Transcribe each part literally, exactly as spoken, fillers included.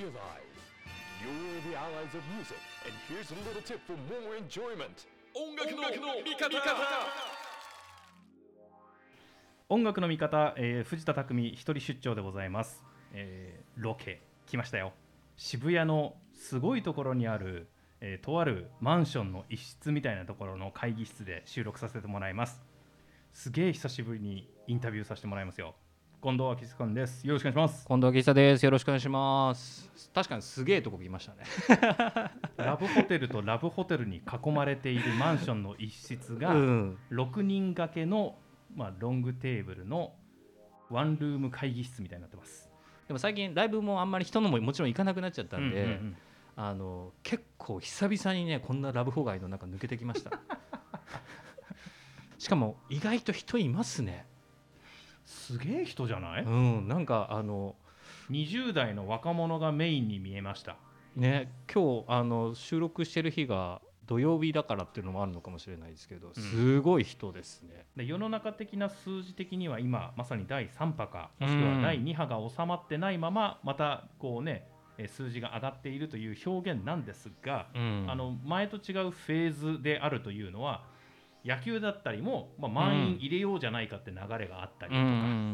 realize you're the allies of music, and here's a little tip for more enjoyment. 音楽の味方。 音楽の味方、えー、藤田匠一人出張でございます、えー、ロケ来ましたよ。渋谷のすごいところにある、えー、とあるマンションの一室みたいなところの会議室で収録させてもらいます。すげえ久しぶりにインタビューさせてもらいますよ。近藤明久君です。よろしくお願いします。 近藤明久です。よろしくお願いします。確かにすげえとこ来ましたねラブホテルとラブホテルに囲まれているマンションの一室がろくにん掛けの、まあ、ロングテーブルのワンルーム会議室みたいになってます。 でも最近ライブもあんまり人のももちろん行かなくなっちゃったんで、 うんうんうん、 あの結構久々にねこんなラブホ街の中抜けてきましたしかも意外と人いますね。 すげえ人じゃない？ うん、なんかあのにじゅう代の若者がメインに見えましたね。今日あの収録してる日が土曜日だからっていうのもあるのかもしれないですけど、すごい人ですね、 うん、で世の中的な数字的には今まさにだいさん波かもしくはだいに波が収まってないまままたこうね数字が上がっているという表現なんですが、うん、あの前と違うフェーズであるというのは野球だったりも、まあ、満員入れようじゃないかって流れがあったりとか、うん、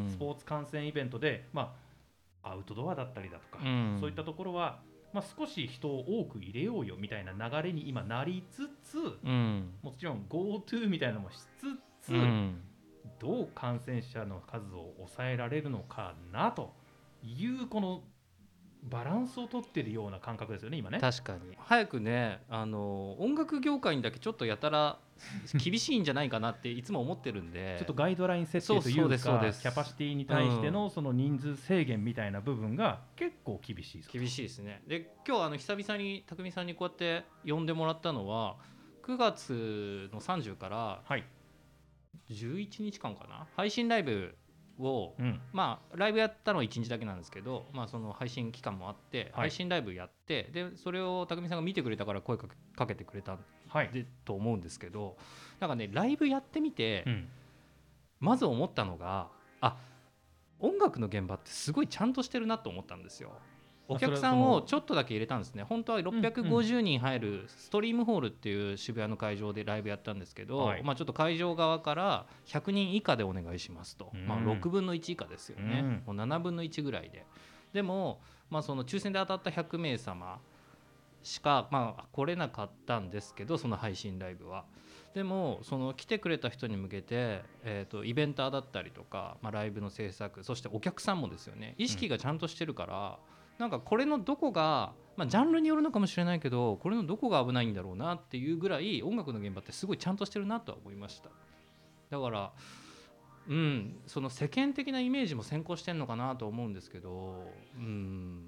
スポーツ観戦イベントで、まあ、アウトドアだったりだとか、うん、そういったところは、まあ、少し人を多く入れようよみたいな流れに今なりつつ、うん、もちろん GoTo みたいなのもしつつ、うん、どう感染者の数を抑えられるのかなというこのバランスを取ってるような感覚ですよね今ね。 確かに早くねあの音楽業界にだけちょっとやたら厳しいんじゃないかなっていつも思ってるんでちょっとガイドライン設定というかキャパシティに対してのその人数制限みたいな部分が結構厳しいです。 厳しいですね。で今日あの久々に匠さんにこうやって呼んでもらったのはくがつのさんじゅうからじゅういちにちかんかな配信ライブを、うん、まあライブやったのはいちにちだけなんですけど、まあ、その配信期間もあって、はい、配信ライブやってでそれを匠さんが見てくれたから声かけ、かけてくれた、はい、でと思うんですけどなんかねライブやってみて、うん、まず思ったのがあ音楽の現場ってすごいちゃんとしてるなと思ったんですよ。お客さんをちょっとだけ入れたんですね。本当はろっぴゃくごじゅうにん入るストリームホールっていう渋谷の会場でライブやったんですけど、はいまあ、ちょっと会場側からひゃくにん以下でお願いしますと、まあ、ろくぶんのいち以下ですよね、うん、もうななぶんのいちぐらいででも、まあ、その抽選で当たったひゃくめいさましか、まあ、来れなかったんですけどその配信ライブはでもその来てくれた人に向けて、えーと、イベンターだったりとか、まあ、ライブの制作そしてお客さんもですよね意識がちゃんとしてるから、うん、なんかこれのどこが、まあ、ジャンルによるのかもしれないけどこれのどこが危ないんだろうなっていうぐらい音楽の現場ってすごいちゃんとしてるなとは思いました。だからうん、その世間的なイメージも先行してんのかなと思うんですけど、うん、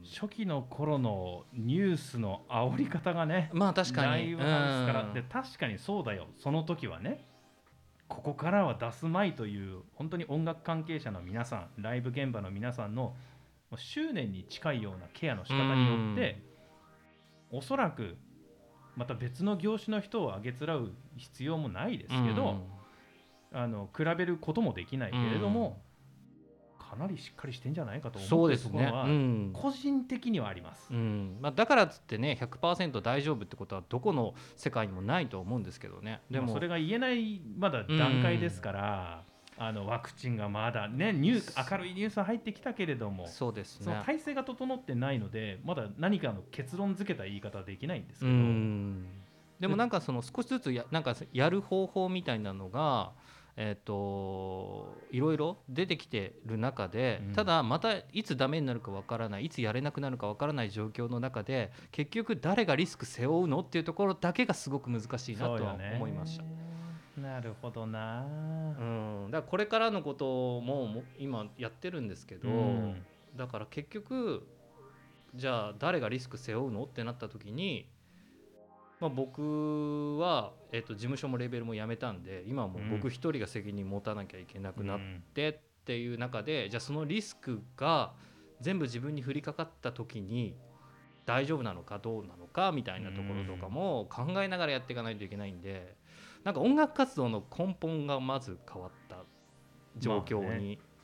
初期の頃のニュースの煽り方がねまあ確かにライブハウスから、うん、で確かにそうだよその時はねここからは出すまいという本当に音楽関係者の皆さんライブ現場の皆さんの執念に近いようなケアの仕方によって、うん、おそらくまた別の業種の人をあげつらう必要もないですけど、うん、あの比べることもできないけれども、うん、かなりしっかりしてんじゃないかと思っているところは個人的にはあります、 うんまあ、だからっつってね ひゃくパーセント 大丈夫ってことはどこの世界にもないと思うんですけどね。 でもそれが言えないまだ段階ですから、うん、あのワクチンがまだねニュース明るいニュースは入ってきたけれどもそうですねその体制が整ってないのでまだ何かの結論付けた言い方はできないんですけど、うんでもなんかその少しずつ や, なんかやる方法みたいなのがえー、といろいろ出てきてる中で、うん、ただまたいつダメになるかわからないいつやれなくなるかわからない状況の中で結局誰がリスク背負うのっていうところだけがすごく難しいなとは思いました。 なるほどな、 うん、だからこれからのことも今やってるんですけど、うん、だから結局じゃあ誰がリスク背負うのってなった時にまあ、僕は、えっと、事務所もレーベルも辞めたんで今はもう僕一人が責任持たなきゃいけなくなってっていう中で、うん、じゃあそのリスクが全部自分に降りかかった時に大丈夫なのかどうなのかみたいなところとかも考えながらやっていかないといけないんでなんか音楽活動の根本がまず変わった状況に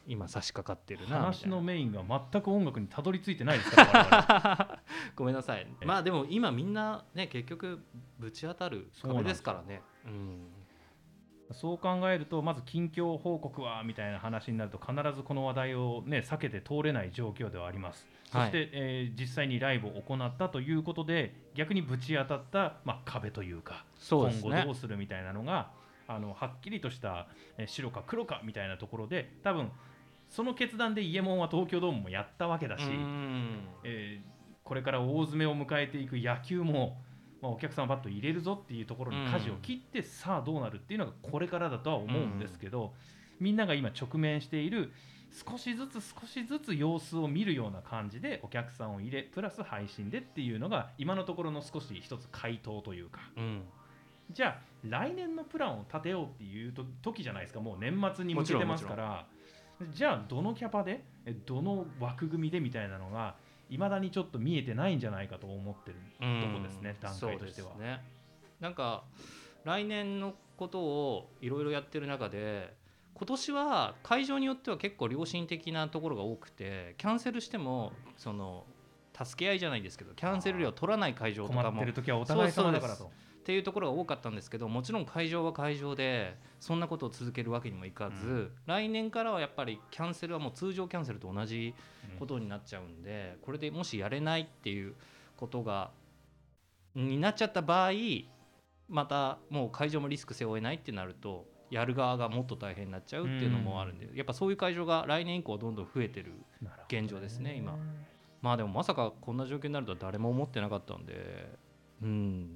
今差し掛かってるな。 話のメインが全く音楽にたどり着いてないですからごめんなさい。まあでも今みんなね結局ぶち当たる壁ですからね。うん、 そう考えるとまず近況報告はみたいな話になると必ずこの話題を、ね、避けて通れない状況ではあります。そして、はい、えー、実際にライブを行ったということで逆にぶち当たった、まあ、壁というかそうですね、 今後どうするみたいなのがあのはっきりとした、えー、白か黒かみたいなところで多分その決断でイエモンは東京ドームもやったわけだし、えー、これから大詰めを迎えていく野球も、まあ、お客さんをバッと入れるぞっていうところに舵を切ってさあどうなるっていうのがこれからだとは思うんですけど、みんなが今直面している少しずつ少しずつ様子を見るような感じでお客さんを入れプラス配信でっていうのが今のところの少し一つ回答というか、うん、じゃあ来年のプランを立てようっていう時じゃないですか。もう年末に向けてますから、じゃあどのキャパでどの枠組みでみたいなのがいまだにちょっと見えてないんじゃないかと思ってるとこですね、段階としては。 そうですね。なんか来年のことをいろいろやってる中で今年は会場によっては結構良心的なところが多くてキャンセルしてもその助け合いじゃないですけどキャンセル料取らない会場とかも困ってる時はお互い様だからとっていうところが多かったんですけど、もちろん会場は会場でそんなことを続けるわけにもいかず、うん、来年からはやっぱりキャンセルはもう通常キャンセルと同じことになっちゃうんで、うん、これでもしやれないっていうことがになっちゃった場合またもう会場もリスク背負えないってなるとやる側がもっと大変になっちゃうっていうのもあるんで、うん、やっぱそういう会場が来年以降どんどん増えてる現状ですね今。まあでもまさかこんな状況になるとは誰も思ってなかったんで、うん、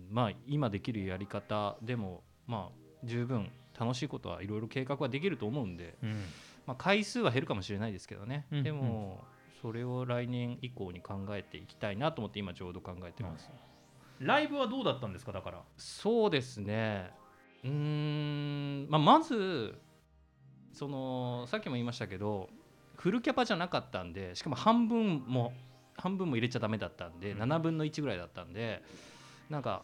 まあ今できるやり方でもまあ十分楽しいことはいろいろ計画はできると思うんで、うん、まあ、回数は減るかもしれないですけどね、うん、でもそれを来年以降に考えていきたいなと思って今ちょうど考えてます、 うん、ライブはどうだったんですか。だからそうですね、うーん、まあ、まずそのさっきも言いましたけどフルキャパじゃなかったんで、しかも半分も半分も入れちゃダメだったんで、うん、ななぶんのいちぐらいだったんで、なんか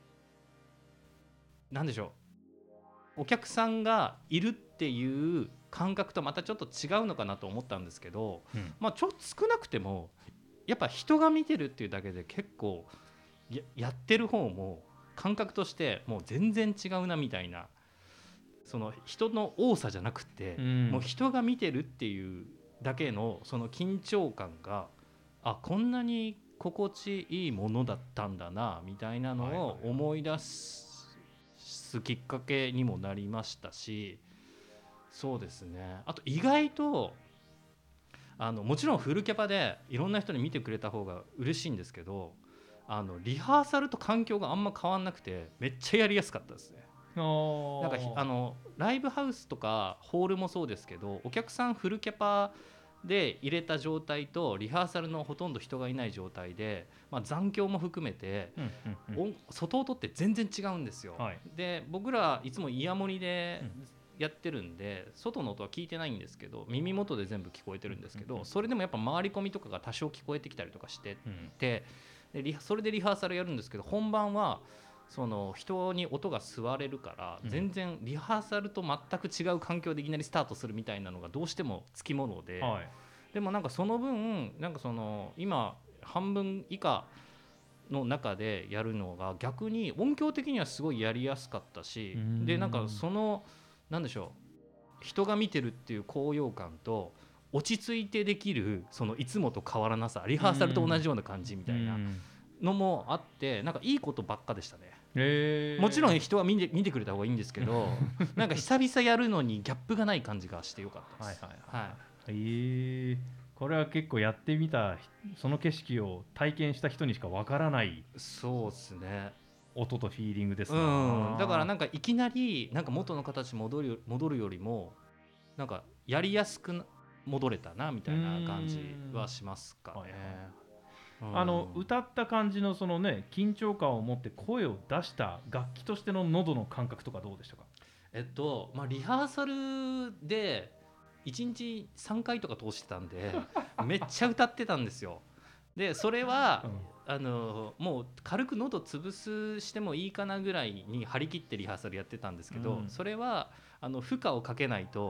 なんでしょう、お客さんがいるっていう感覚とまたちょっと違うのかなと思ったんですけど、うん、まあちょっと少なくてもやっぱ人が見てるっていうだけで結構 や, やってる方も感覚としてもう全然違うなみたいな、その人の多さじゃなくて、うん、もう人が見てるっていうだけのその緊張感が、あこんなに心地いいものだったんだなみたいなのを思い出すきっかけにもなりましたし、そうですね、あと意外とあのもちろんフルキャパでいろんな人に見てくれた方が嬉しいんですけど、あのリハーサルと環境があんま変わんなくてめっちゃやりやすかったですね。なんかあのライブハウスとかホールもそうですけど、お客さんフルキャパで入れた状態とリハーサルのほとんど人がいない状態で、まあ、残響も含めて、うんうんうん、外音って全然違うんですよ、はい、で僕らいつもイヤモニでやってるんで、うん、外の音は聞いてないんですけど耳元で全部聞こえてるんですけど、うんうん、それでもやっぱ回り込みとかが多少聞こえてきたりとかしてて、うん、でそれでリハーサルやるんですけど、本番はその人に音が吸われるから全然リハーサルと全く違う環境でいきなりスタートするみたいなのがどうしてもつきもので、はい、でもなんかその分なんかその今半分以下の中でやるのが逆に音響的にはすごいやりやすかったし、でなんかそのなんでしょう、人が見てるっていう高揚感と落ち着いてできるそのいつもと変わらなさ、リハーサルと同じような感じみたいなのもあって、なんかいいことばっかでしたね。へー、もちろん人は見て、見てくれた方がいいんですけどなんか久々やるのにギャップがない感じがしてよかったです。はいはいはい、はい、 えー、これは結構やってみたその景色を体験した人にしかわからないそうですね音とフィーリングですね、 うん、だからなんかいきなりなんか元の形戻る、戻るよりもなんかやりやすく戻れたなみたいな感じはしますかね。はいはい、 あの歌った感じのそのね緊張感を持って声を出した楽器としての喉の感覚とかどうでしたか。 えっとまあリハーサルでいちにちさんかいとか通してたんでめっちゃ歌ってたんですよ。でそれは、うん、あのもう軽く喉潰すしてもいいかなぐらいに張り切ってリハーサルやってたんですけど、うん、それはあの負荷をかけないと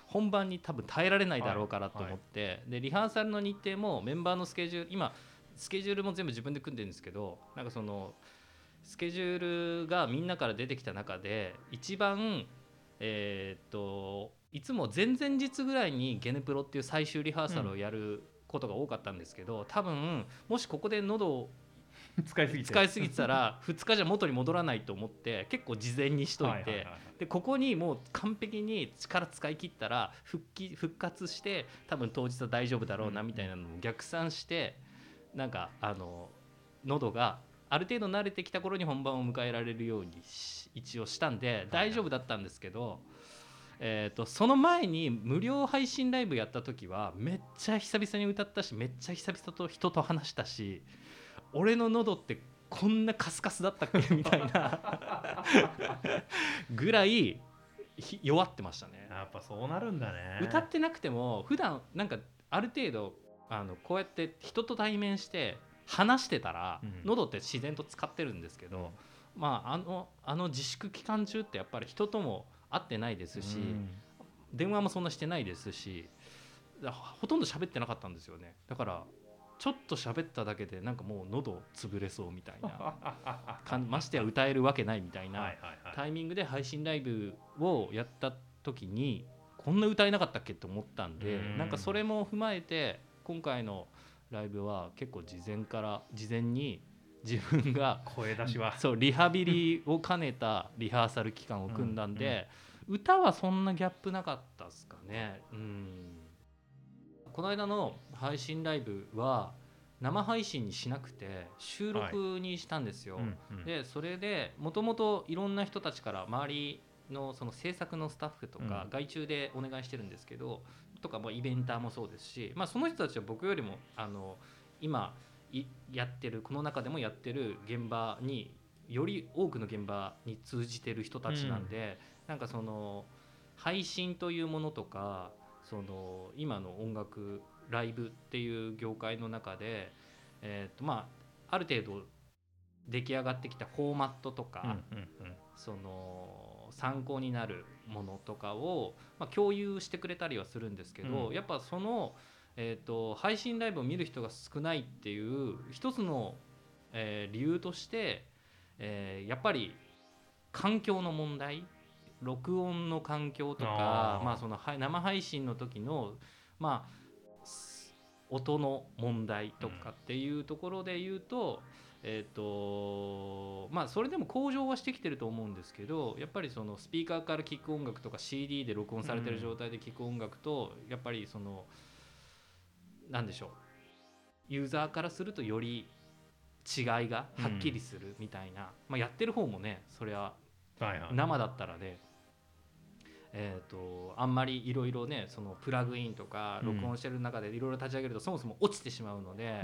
本番に多分耐えられないだろうからと思って、はいはい、でリハーサルの日程もメンバーのスケジュール、今スケジュールも全部自分で組んでるんですけど、なんかそのスケジュールがみんなから出てきた中で一番えー、っといつも前々日ぐらいにゲネプロっていう最終リハーサルをやることが多かったんですけど、多分もしここで喉を使いすぎて使いすぎてたらふつかじゃ元に戻らないと思って結構事前にしといて、はいはいはいはい、でここにもう完璧に力使い切ったら復帰復活して多分当日は大丈夫だろうなみたいなのを逆算して、なんかあの喉がある程度慣れてきた頃に本番を迎えられるように一応したんで大丈夫だったんですけど、はいはい、えー、とその前に無料配信ライブやった時はめっちゃ久々に歌ったしめっちゃ久々と人と話したし、俺の喉ってこんなカスカスだったっけみたいなぐらい弱ってましたね。 やっぱそうなるんだね。 歌ってなくても普段なんかある程度あのこうやって人と対面して話してたら、うん、喉って自然と使ってるんですけど、うん、まああのあの自粛期間中ってやっぱり人とも会ってないですし、うん、電話もそんなしてないですし、ほとんど喋ってなかったんですよね。だからちょっと喋っただけでなんかもう喉潰れそうみたいなましてや歌えるわけないみたいなタイミングで配信ライブをやった時にこんな歌えなかったっけって思ったんで、なんかそれも踏まえて今回のライブは結構事前から事前に自分が声出しはそうリハビリを兼ねたリハーサル期間を組んだんで、うんうん、歌はそんなギャップなかったですかね。うん、この間の配信ライブは生配信にしなくて収録にしたんですよ、はい、うんうん、でそれでもともといろんな人たちから周りのその制作のスタッフとか外注でお願いしてるんですけど、うん、とかもイベンターもそうですし、まあ、その人たちは僕よりもあの今やってるこの中でもやってる現場により多くの現場に通じてる人たちなんで、うん、なんかその配信というものとかその今の音楽ライブっていう業界の中で、えーとまあ、ある程度出来上がってきたフォーマットとか、うんうんうん、その参考になるものとかを、まあ、共有してくれたりはするんですけど、うん、やっぱその、えーと、配信ライブを見る人が少ないっていう一つの、えー、理由として、えー、やっぱり環境の問題、録音の環境とか、まあ、その生配信の時の、まあ、音の問題とかっていうところで言うと、えーとまあ、それでも向上はしてきてると思うんですけど、やっぱりそのスピーカーから聴く音楽とか シーディー で録音されてる状態で聴く音楽と、やっぱりそのなんでしょう、ユーザーからするとより違いがはっきりするみたいな、まあ、やってる方もねそれは生だったらね、えー、とあんまりいろいろねそのプラグインとか録音してる中でいろいろ立ち上げるとそもそも落ちてしまうので、うん、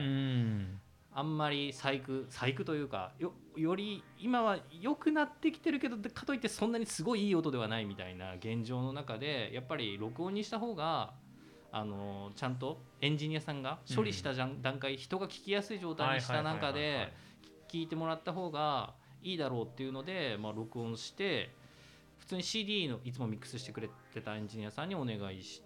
あんまり細工細工というか よ, より今は良くなってきてるけどかといってそんなにすごいいい音ではないみたいな現状の中で、やっぱり録音にした方があのちゃんとエンジニアさんが処理したじゃん、うん、段階人が聞きやすい状態にした中で聞いてもらった方がいいだろうっていうので、まあ、録音して普通に シーディー のいつもミックスしてくれてたエンジニアさんにお願いして、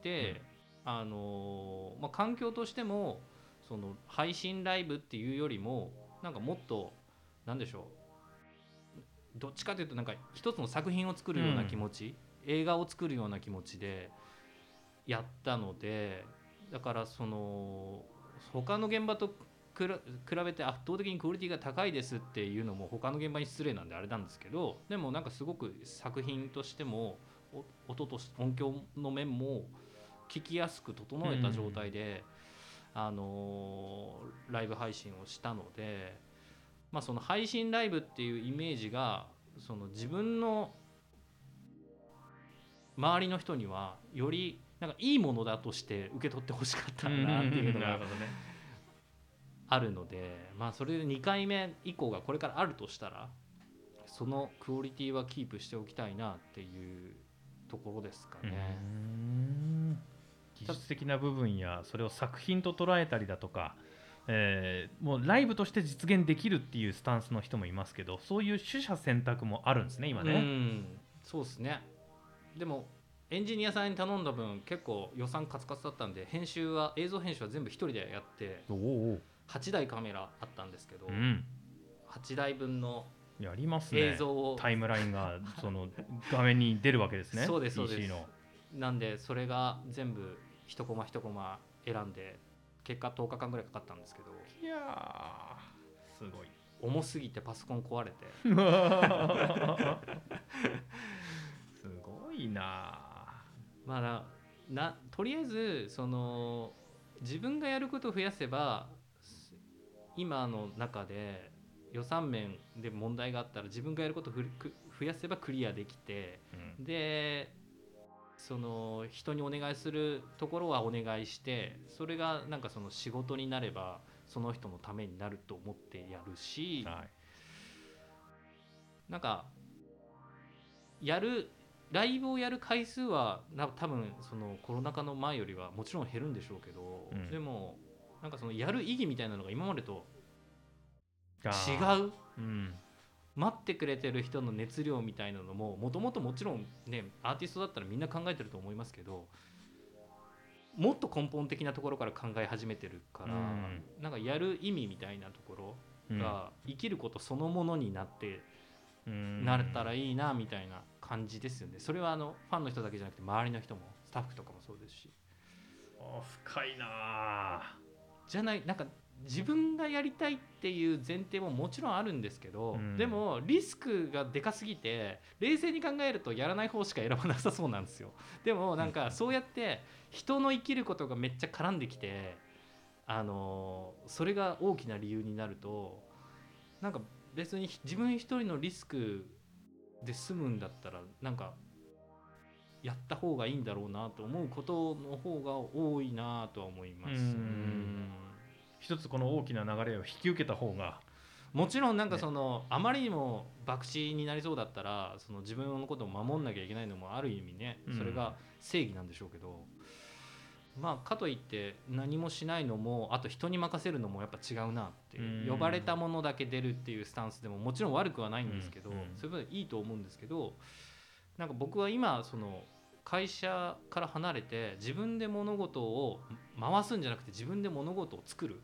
うん、あのまあ、環境としてもその配信ライブっていうよりもなんかもっとなんでしょう、どっちかというとなんか一つの作品を作るような気持ち、うん、映画を作るような気持ちでやったので、だからその他の現場と比べて圧倒的にクオリティが高いですっていうのも他の現場に失礼なんであれなんですけど、でもなんかすごく作品としても音と音響の面も聞きやすく整えた状態で、うん、あのライブ配信をしたので、まあ、その配信ライブっていうイメージがその自分の周りの人にはよりなんかいいものだとして受け取ってほしかったなっていうのがあるので、まあそれでにかいめ以降がこれからあるとしたらそのクオリティはキープしておきたいなっていうところですかね。 うーん、技術的な部分やそれを作品と捉えたりだとか、えー、もうライブとして実現できるっていうスタンスの人もいますけど、そういう取捨選択もあるんですね今ね。 うん、そうですね。でもエンジニアさんに頼んだ分結構予算カツカツだったんで、編集は映像編集は全部一人でやって、はちだいカメラあったんですけど、うん、はちだいぶんのやりますね、 映像をタイムラインがその画面に出るわけですね。 そうですそうです。 ピーシー のなんでそれが全部一コマ一コマ選んで、結果とおかかんぐらいかかったんですけど、 いやーすごい重すぎてパソコン壊れてすごいな。 まあななとりあえずその自分がやることを増やせば、今の中で予算面で問題があったら自分がやることを増やせばクリアできて、うん、でその人にお願いするところはお願いして、それがなんかその仕事になればその人のためになると思ってやるし、はい、なんかやるライブをやる回数はな多分そのコロナ禍の前よりはもちろん減るんでしょうけど、うん、でもなんかそのやる意義みたいなのが今までと違う、うん、待ってくれてる人の熱量みたいなのももともともちろんねアーティストだったらみんな考えてると思いますけど、もっと根本的なところから考え始めてるから、うん、なんかやる意味みたいなところが生きることそのものになってなれたらいいなみたいな感じですよね。それはあのファンの人だけじゃなくて周りの人もスタッフとかもそうですし。 あ、深いな。 じゃないなんか自分がやりたいっていう前提ももちろんあるんですけど、うん、でもリスクがでかすぎて冷静に考えるとやらない方しか選ばなさそうなんですよ。でもなんかそうやって人の生きることがめっちゃ絡んできて、あのそれが大きな理由になると、なんか別に自分一人のリスクで済むんだったらなんかやった方がいいんだろうなと思うことの方が多いなとは思います。うん、 一つこの大きな流れを引き受けた方が、 もちろんなんかその、ね、あまりにも博打になりそうだったらその自分のことを守んなきゃいけないのもある意味ね、それが正義なんでしょうけど、うん、まあかといって何もしないのもあと人に任せるのもやっぱ違うなっていう、呼ばれたものだけ出るっていうスタンスでももちろん悪くはないんですけど、うんうん、それはいいと思うんですけど、なんか僕は今その会社から離れて自分で物事を回すんじゃなくて自分で物事を作る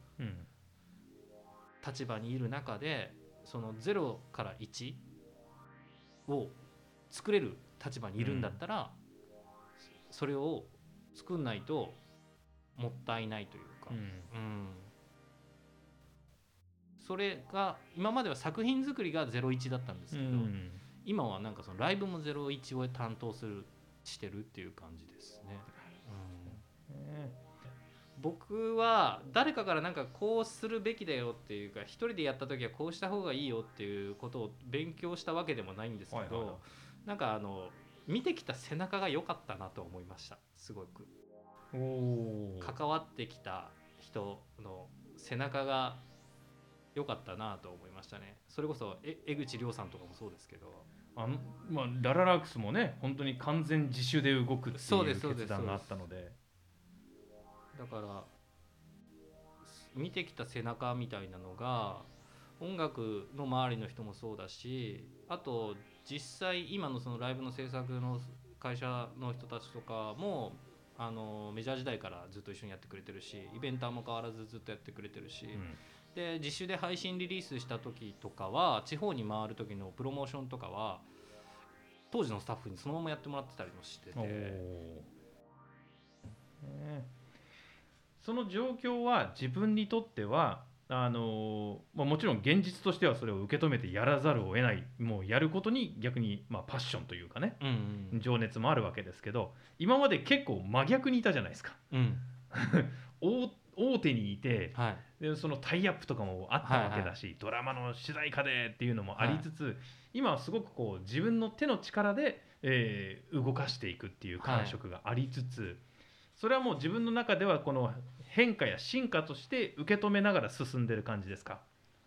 立場にいる中で、そのゼロからいちを作れる立場にいるんだったら、それを作んないともったいないというか、うんうん、それが今までは作品作りがゼロイチだったんですけど、うん、今はなんかそのライブもゼロイチを担当するしてるっていう感じですね。うん、僕は誰かからなんかこうするべきだよっていうか、一人でやった時はこうした方がいいよっていうことを勉強したわけでもないんですけど、はいはいはい、なんかあの見てきた背中が良かったなと思いました。すごくお関わってきた人の背中が良かったなと思いましたね。それこそえ江口亮さんとかもそうですけど、 あのまあ、ラララックスもね本当に完全自主で動くっていう決断があったので、 だから見てきた背中みたいなのが音楽の周りの人もそうだし、あと実際今のそのライブの制作の会社の人たちとかもあのメジャー時代からずっと一緒にやってくれてるし、イベンターも変わらずずっとやってくれてるし、うん、で自主で配信リリースした時とかは地方に回る時のプロモーションとかは当時のスタッフにそのままやってもらってたりもしてて、ね、 その状況は自分にとってはあの、まあ、もちろん現実としてはそれを受け止めてやらざるを得ない、もうやることに逆に、まあ、パッションというかね、うんうん、情熱もあるわけですけど、今まで結構真逆にいたじゃないですか、うん、大, 大手にいて、はい、でそのタイアップとかもあったわけだし、はいはい、ドラマの主題歌でっていうのもありつつ、はい、今はすごくこう自分の手の力で、えー、動かしていくっていう感触がありつつ、はい、それはもう自分の中ではこの変化や進化として受け止めながら進んでる感じですか？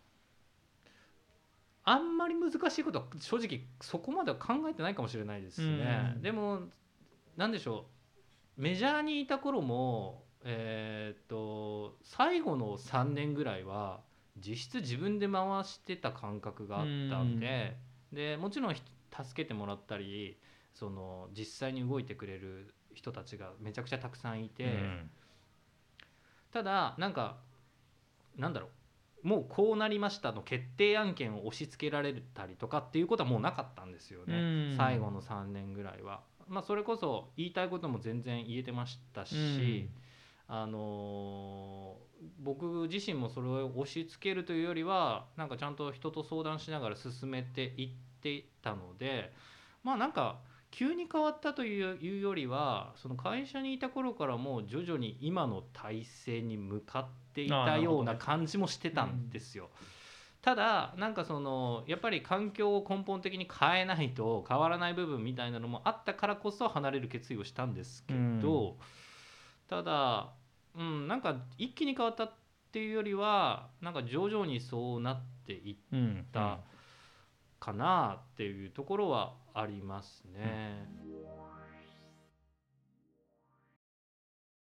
あんまり難しいことは正直そこまでは考えてないかもしれないですね。でもなんでしょう、メジャーにいた頃も、えー、っと最後のさんねんぐらいは実質自分で回してた感覚があったんで、でもちろん助けてもらったりその実際に動いてくれる人たちがめちゃくちゃたくさんいて、うん、ただなんかなんだろう、もうこうなりましたの決定案件を押し付けられたりとかっていうことはもうなかったんですよね、うん、最後のさんねんぐらいは。まあ、それこそ言いたいことも全然言えてましたし、うん、あのー、僕自身もそれを押し付けるというよりはなんかちゃんと人と相談しながら進めていってたので、まあなんか急に変わったというよりはその会社にいた頃からもう徐々に今の体制に向かっていたような感じもしてたんですよ。ただなんかそのやっぱり環境を根本的に変えないと変わらない部分みたいなのもあったからこそ離れる決意をしたんですけど、ただうんなんか一気に変わったっていうよりはなんか徐々にそうなっていったかなっていうところはありますね。